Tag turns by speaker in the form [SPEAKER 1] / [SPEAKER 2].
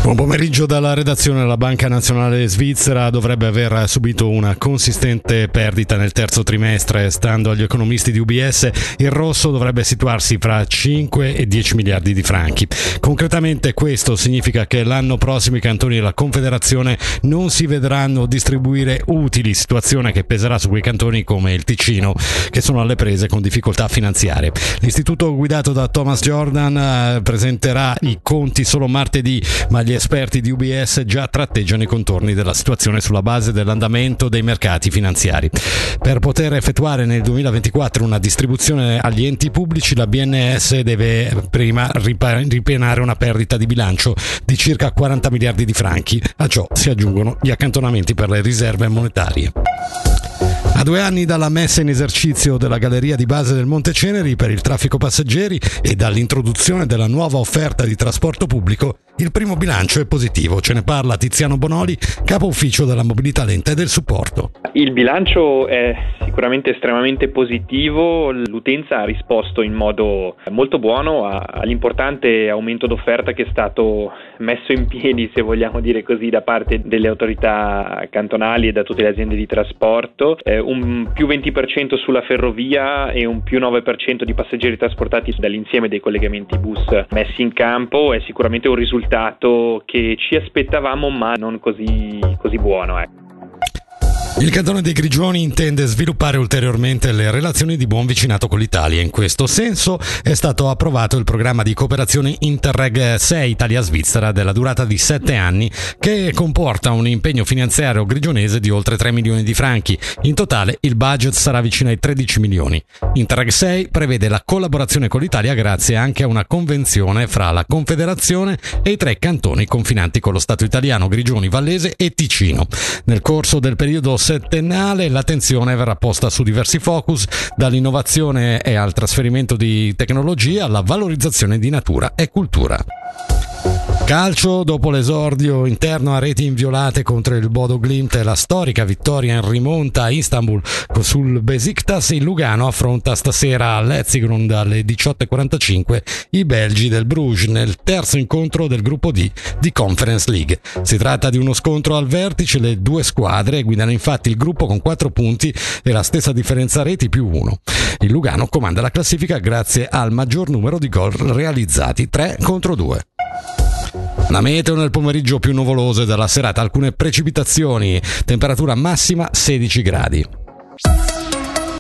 [SPEAKER 1] Buon pomeriggio dalla redazione. La Banca Nazionale Svizzera dovrebbe aver subito una consistente perdita nel terzo trimestre. Stando agli economisti di UBS, il rosso dovrebbe situarsi fra 5 e 10 miliardi di franchi. Concretamente questo significa che l'anno prossimo i cantoni della Confederazione non si vedranno distribuire utili, situazione che peserà su quei cantoni come il Ticino, che sono alle prese con difficoltà finanziarie. L'istituto guidato da Thomas Jordan presenterà i conti solo martedì, ma gli esperti di UBS già tratteggiano i contorni della situazione sulla base dell'andamento dei mercati finanziari. Per poter effettuare nel 2024 una distribuzione agli enti pubblici, la BNS deve prima ripianare una perdita di bilancio di circa 40 miliardi di franchi. A ciò si aggiungono gli accantonamenti per le riserve monetarie. A 2 anni dalla messa in esercizio della galleria di base del Monte Ceneri per il traffico passeggeri e dall'introduzione della nuova offerta di trasporto pubblico, il primo bilancio è positivo. Ce ne parla Tiziano Bonoli, capo ufficio della mobilità lenta e del supporto.
[SPEAKER 2] Il bilancio è sicuramente estremamente positivo. L'utenza ha risposto in modo molto buono all'importante aumento d'offerta che è stato messo in piedi, se vogliamo dire così, da parte delle autorità cantonali e da tutte le aziende di trasporto. Un più 20% sulla ferrovia e un più 9% di passeggeri trasportati dall'insieme dei collegamenti bus messi in campo è sicuramente un risultato che ci aspettavamo, ma non così buono.
[SPEAKER 1] Il cantone dei Grigioni intende sviluppare ulteriormente le relazioni di buon vicinato con l'Italia. In questo senso è stato approvato il programma di cooperazione Interreg 6 Italia-Svizzera della durata di 7 anni, che comporta un impegno finanziario grigionese di oltre 3 milioni di franchi. In totale il budget sarà vicino ai 13 milioni. Interreg 6 prevede la collaborazione con l'Italia grazie anche a una convenzione fra la Confederazione e i 3 cantoni confinanti con lo Stato italiano, Grigioni, Vallese e Ticino. Nel corso del periodo settennale l'attenzione verrà posta su diversi focus, dall'innovazione e al trasferimento di tecnologia alla valorizzazione di natura e cultura. Calcio, dopo l'esordio interno a reti inviolate contro il Bodo Glimt e la storica vittoria in rimonta a Istanbul sul Besiktas, il Lugano affronta stasera all'Etzigrund alle 18:45 i belgi del Bruges nel terzo incontro del gruppo D di Conference League. Si tratta di uno scontro al vertice, le due squadre guidano infatti il gruppo con 4 punti e la stessa differenza reti più 1. Il Lugano comanda la classifica grazie al maggior numero di gol realizzati, 3 contro 2. La meteo nel pomeriggio più nuvoloso e dalla serata alcune precipitazioni, temperatura massima 16 gradi.